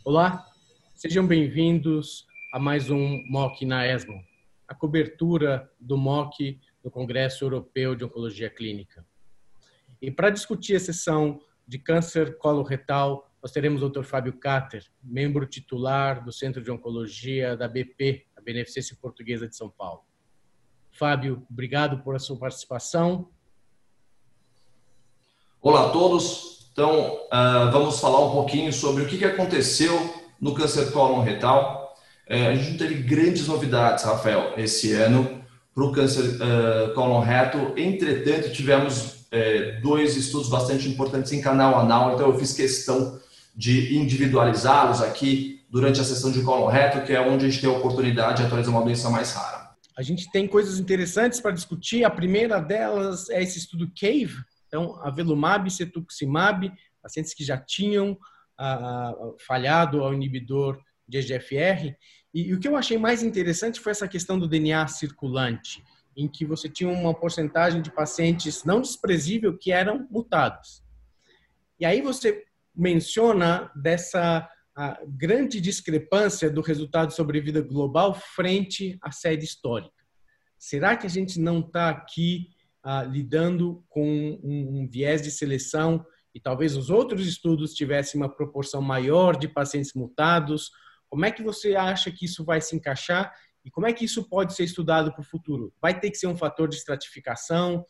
Olá, sejam bem-vindos a mais um MOC na ESMO, a cobertura do MOC do Congresso Europeu de Oncologia Clínica. E para discutir a sessão de câncer coloretal, nós teremos o Dr. Fábio Cater, membro titular do Centro de Oncologia da BP, a Beneficência Portuguesa de São Paulo. Fábio, obrigado por a sua participação. Olá a todos. Então, vamos falar um pouquinho sobre o que aconteceu no câncer cólon retal. A gente teve grandes novidades, Rafael, esse ano para o câncer cólon reto. Entretanto, tivemos dois estudos bastante importantes em canal anal, então eu fiz questão de individualizá-los aqui durante a sessão de cólon reto, que é onde a gente tem a oportunidade de atualizar uma doença mais rara. A gente tem coisas interessantes para discutir. A primeira delas é esse estudo CAVE. Então, avelumab, cetuximab, pacientes que já tinham falhado ao inibidor de EGFR. E o que eu achei mais interessante foi essa questão do DNA circulante, em que você tinha uma porcentagem de pacientes não desprezível que eram mutados. E aí você menciona dessa grande discrepância do resultado de sobrevida global frente à série histórica. Será que a gente não está aqui lidando com um viés de seleção e talvez os outros estudos tivessem uma proporção maior de pacientes mutados? Como é que você acha que isso vai se encaixar e como é que isso pode ser estudado para o futuro? Vai ter que ser um fator de estratificação?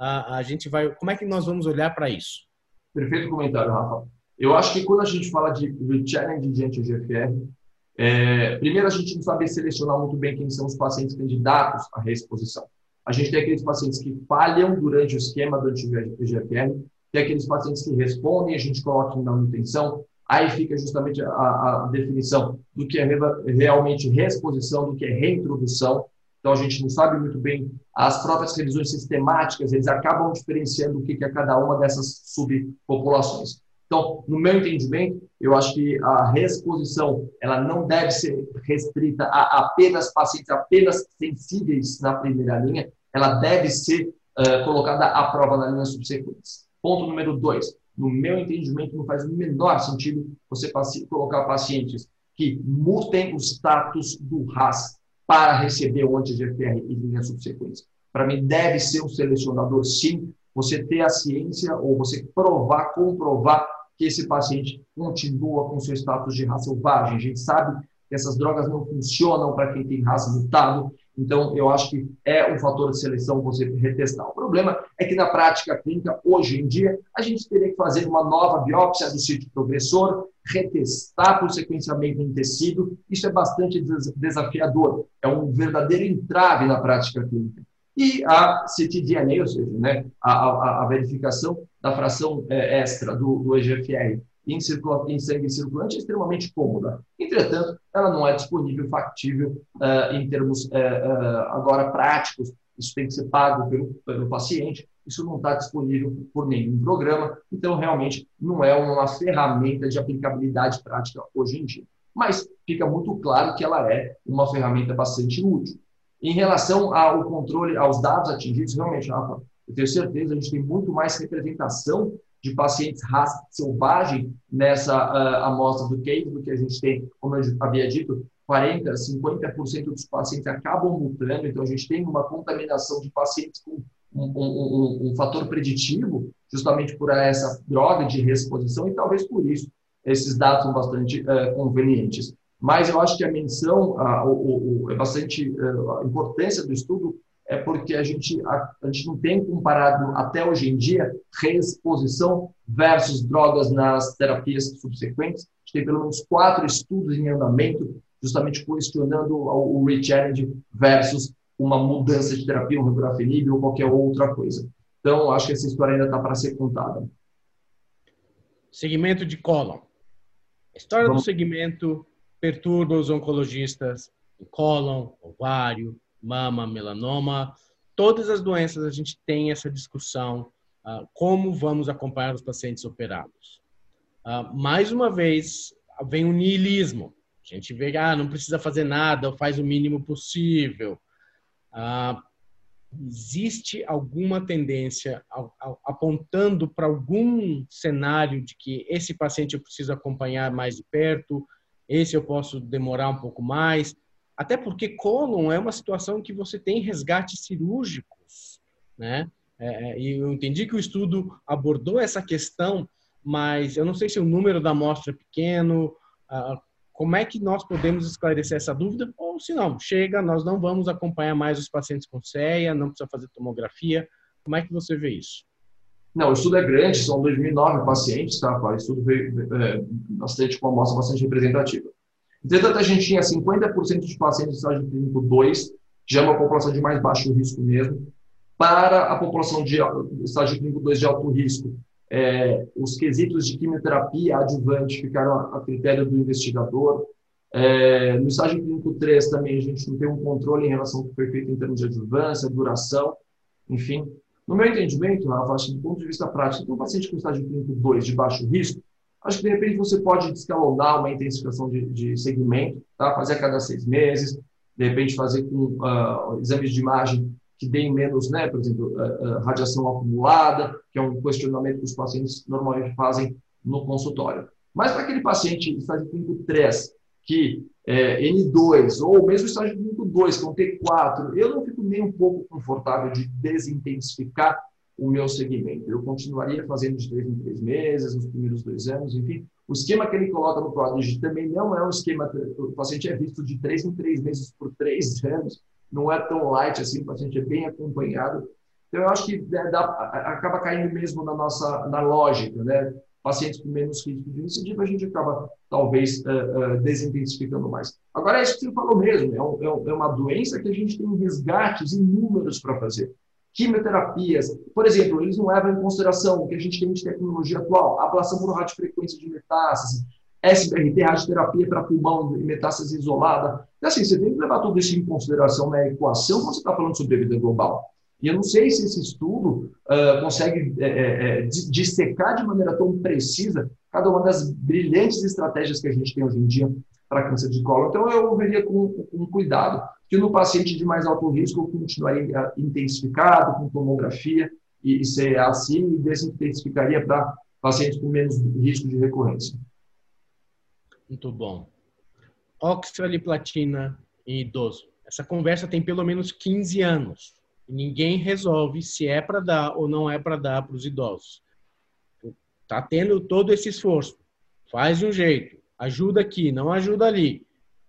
Como é que nós vamos olhar para isso? Perfeito comentário, Rafa. Eu acho que quando a gente fala de challenge de anti-EGFR, primeiro a gente não sabe selecionar muito bem quem são os pacientes candidatos à reexposição. A gente tem aqueles pacientes que falham durante o esquema do anti-EGFR, tem aqueles pacientes que respondem, a gente coloca em manutenção, aí fica justamente a definição do que é realmente reexposição, do que é reintrodução. Então, a gente não sabe muito bem, as próprias revisões sistemáticas, eles acabam diferenciando o que é cada uma dessas subpopulações. Então, no meu entendimento, eu acho que a reexposição ela não deve ser restrita a apenas pacientes apenas sensíveis na primeira linha, ela deve ser colocada à prova na linha subsequente. Ponto número 2. No meu entendimento, não faz o menor sentido você colocar pacientes que mutem o status do RAS para receber o anti-EGFR em linhas subsequentes. Para mim, deve ser um selecionador, sim, você ter a ciência ou você comprovar que esse paciente continua com seu status de RAS selvagem. A gente sabe que essas drogas não funcionam para quem tem RAS mutado, então eu acho que é um fator de seleção você retestar. O problema é que na prática clínica, hoje em dia, a gente teria que fazer uma nova biópsia do sítio progressor, retestar por sequenciamento em tecido, isso é bastante desafiador, é um verdadeiro entrave na prática clínica. E a ctDNA, ou seja, né, a verificação da fração extra do EGFR em sangue circulante é extremamente cômoda. Entretanto, ela não é disponível, factível em termos agora práticos. Isso tem que ser pago pelo paciente. Isso não está disponível por nenhum programa. Então, realmente, não é uma ferramenta de aplicabilidade prática hoje em dia. Mas fica muito claro que ela é uma ferramenta bastante útil. Em relação ao controle, aos dados atingidos, realmente, Rafa, eu tenho certeza, a gente tem muito mais representação de pacientes RAS selvagem nessa amostra do CAVE do que a gente tem, como eu havia dito, 40%, 50% dos pacientes acabam mutando, então a gente tem uma contaminação de pacientes com um fator preditivo, justamente por essa droga de reexposição, e talvez por isso esses dados são bastante convenientes. Mas eu acho que a menção, é bastante a importância do estudo é porque a gente não tem comparado até hoje em dia reexposição versus drogas nas terapias subsequentes. A gente tem pelo menos 4 estudos em andamento, justamente questionando o re-challenge versus uma mudança de terapia, um regorafenib ou qualquer outra coisa. Então, acho que essa história ainda está para ser contada. Segmento de cólon. A história do segmento perturba os oncologistas em cólon, ovário, mama, melanoma. Todas as doenças a gente tem essa discussão, como vamos acompanhar os pacientes operados. Mais uma vez, vem o niilismo. A gente vê, não precisa fazer nada, faz o mínimo possível. Existe alguma tendência apontando para algum cenário de que esse paciente eu preciso acompanhar mais de perto, esse eu posso demorar um pouco mais. Até porque cólon é uma situação que você tem resgates cirúrgicos, né? E eu entendi que o estudo abordou essa questão, mas eu não sei se o número da amostra é pequeno. Como é que nós podemos esclarecer essa dúvida? Ou se não, chega, nós não vamos acompanhar mais os pacientes com CEA, não precisa fazer tomografia. Como é que você vê isso? Não, o estudo é grande, são 2.009 pacientes, tá? O estudo veio bastante, com uma amostra bastante representativa. Entretanto, a gente tinha 50% de pacientes de estágio clínico 2, que já é uma população de mais baixo risco mesmo, para a população de estágio clínico 2 de alto risco. Os quesitos de quimioterapia adjuvante ficaram a critério do investigador. No estágio clínico 3 também a gente não tem um controle em relação ao que foi feito em termos de adjuvância, duração, enfim. No meu entendimento, Rafa, acho que do ponto de vista prático, tem um paciente com estágio clínico 2 de baixo risco, acho que de repente você pode escalonar uma intensificação de segmento, tá? Fazer a cada 6 meses, de repente fazer com exames de imagem que deem menos, né? Por exemplo, radiação acumulada, que é um questionamento que os pacientes normalmente fazem no consultório. Mas para aquele paciente estágio clínico 3, que N2, ou mesmo estágio clínico 2, que é um T4, eu não fico nem um pouco confortável de desintensificar o meu segmento. Eu continuaria fazendo de 3 em 3 meses, nos primeiros 2 anos, enfim. O esquema que ele coloca no Prodigy também não é um esquema, o paciente é visto de 3 em 3 meses por 3 anos, não é tão light assim, o paciente é bem acompanhado. Então, eu acho que acaba caindo mesmo na lógica, né? Pacientes com menos risco de recidiva, a gente acaba, talvez, desintensificando mais. Agora, é isso que você falou mesmo, é uma doença que a gente tem resgates inúmeros para fazer. Quimioterapias, por exemplo, eles não levam em consideração o que a gente tem de tecnologia atual, ablação por radiofrequência de metástase, SBRT, radioterapia para pulmão e metástase isolada. Então, assim, você tem que levar tudo isso em consideração na equação quando você está falando sobre vida global. E eu não sei se esse estudo consegue dissecar de maneira tão precisa cada uma das brilhantes estratégias que a gente tem hoje em dia para câncer de colo. Então, eu veria com cuidado que no paciente de mais alto risco eu continuaria intensificado, com tomografia e CEA assim, e desintensificaria para pacientes com menos risco de recorrência. Muito bom. Oxaliplatina em idoso. Essa conversa tem pelo menos 15 anos. E ninguém resolve se é para dar ou não é para dar para os idosos. Está tendo todo esse esforço. Faz de um jeito. Ajuda aqui, não ajuda ali.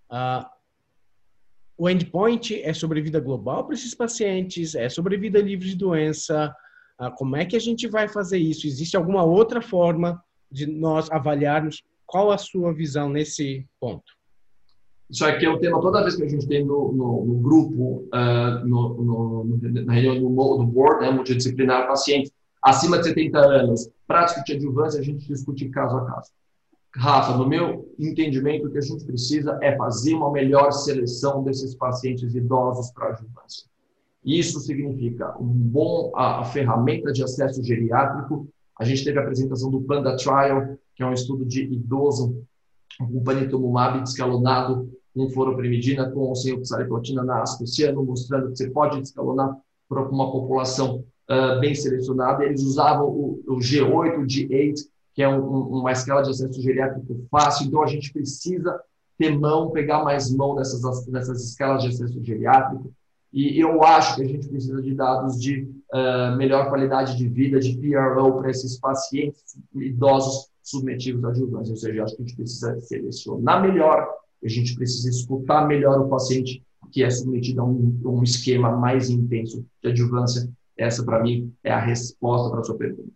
O endpoint é sobrevida global para esses pacientes? É sobrevida livre de doença? Como é que a gente vai fazer isso? Existe alguma outra forma de nós avaliarmos? Qual a sua visão nesse ponto? Isso aqui é um tema toda vez que a gente tem no grupo, na reunião do board, né, multidisciplinar, pacientes acima de 70 anos, para discutir adjuvância, a gente discute caso a caso. Rafa, no meu entendimento, o que a gente precisa é fazer uma melhor seleção desses pacientes idosos para adjuvância. Isso significa a ferramenta de acesso geriátrico. A gente teve a apresentação do Panda Trial, que é um estudo de idoso com panitumumab escalonado com fluoroprimidina, com ou sem oxaliplatina na ASCO esse ano, mostrando que você pode escalonar para uma população bem selecionada. Eles usavam o G8, o G8, que é uma escala de acesso geriátrico fácil, então a gente precisa ter pegar mais mão nessas escalas de acesso geriátrico, e eu acho que a gente precisa de dados de melhor qualidade de vida, de PRO para esses pacientes idosos submetidos à adjuvância, ou seja, acho que a gente precisa selecionar melhor, a gente precisa escutar melhor o paciente que é submetido a um esquema mais intenso de adjuvância. Essa, para mim, é a resposta para a sua pergunta.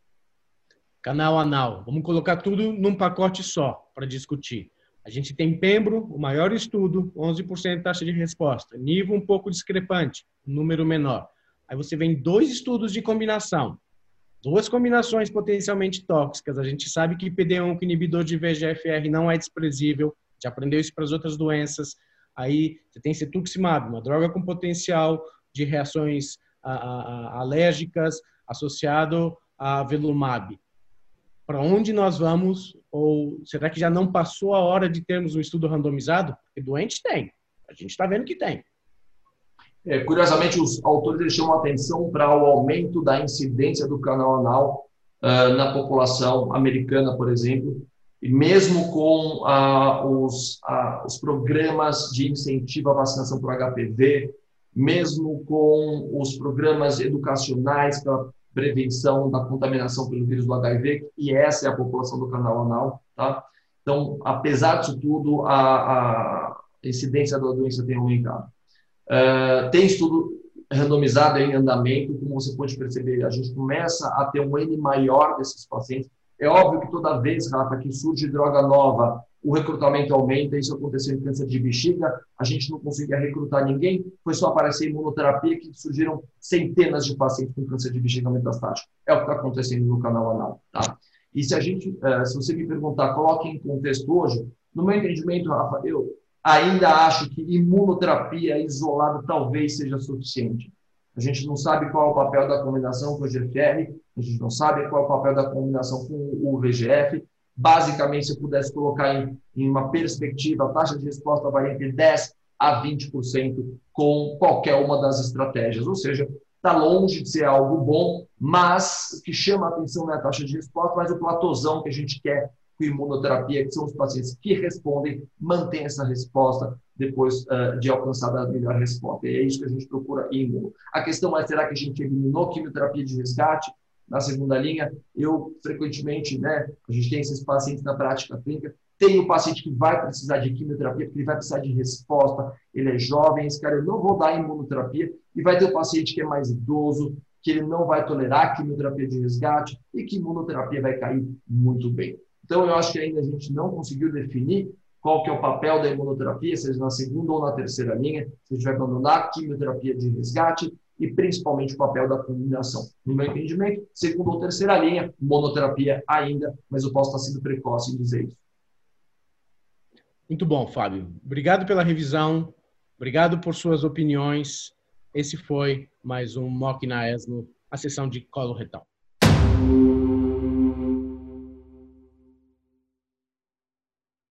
Canal anal. Vamos colocar tudo num pacote só para discutir. A gente tem Pembro, o maior estudo, 11% de taxa de resposta. Nivo um pouco discrepante, número menor. Aí você vem 2 estudos de combinação. 2 combinações potencialmente tóxicas. A gente sabe que PD-1 com inibidor de VEGF-R não é desprezível. Já aprendeu isso para as outras doenças. Aí você tem cetuximab, uma droga com potencial de reações alérgicas associado a velumab. Para onde nós vamos? Ou será que já não passou a hora de termos um estudo randomizado? Porque doente tem. A gente está vendo que tem. Curiosamente, os autores chamam atenção para o aumento da incidência do canal anal na população americana, por exemplo. E mesmo com os programas de incentivo à vacinação por HPV, mesmo com os programas educacionais para prevenção da contaminação pelo vírus do HIV, e essa é a população do canal anal, tá? Então, apesar disso tudo, a incidência da doença tem aumentado. Tem estudo randomizado em andamento, como você pode perceber, a gente começa a ter um N maior desses pacientes. É óbvio que toda vez, Rafa, que surge droga nova, o recrutamento aumenta. Isso aconteceu em câncer de bexiga, a gente não conseguia recrutar ninguém, foi só aparecer imunoterapia que surgiram centenas de pacientes com câncer de bexiga metastático. É o que está acontecendo no canal anal, tá? E se você me perguntar, coloque em contexto hoje, no meu entendimento, Rafa, eu ainda acho que imunoterapia isolada talvez seja suficiente. A gente não sabe qual é o papel da combinação com o GFR, a gente não sabe qual é o papel da combinação com o VEGF. Basicamente, se eu pudesse colocar em uma perspectiva, a taxa de resposta vai entre 10% a 20% com qualquer uma das estratégias. Ou seja, está longe de ser algo bom, mas o que chama a atenção não é a taxa de resposta, mas o platôzão que a gente quer com imunoterapia, que são os pacientes que respondem, mantêm essa resposta depois de alcançar a melhor resposta. E é isso que a gente procura em imuno. A questão é, será que a gente eliminou quimioterapia de resgate na segunda linha? Eu, frequentemente, a gente tem esses pacientes na prática clínica, tem o paciente que vai precisar de quimioterapia, porque ele vai precisar de resposta, ele é jovem, esse cara eu não vou dar imunoterapia, e vai ter o paciente que é mais idoso, que ele não vai tolerar quimioterapia de resgate, e que imunoterapia vai cair muito bem. Então, eu acho que ainda a gente não conseguiu definir qual que é o papel da imunoterapia, seja na segunda ou na terceira linha, se a gente vai abandonar a quimioterapia de resgate e principalmente o papel da combinação. No meu entendimento, segunda ou terceira linha, monoterapia ainda, mas eu posso estar sendo precoce em dizer isso. Muito bom, Fábio. Obrigado pela revisão, obrigado por suas opiniões. Esse foi mais um Mock na ESMO, a sessão de colo retal.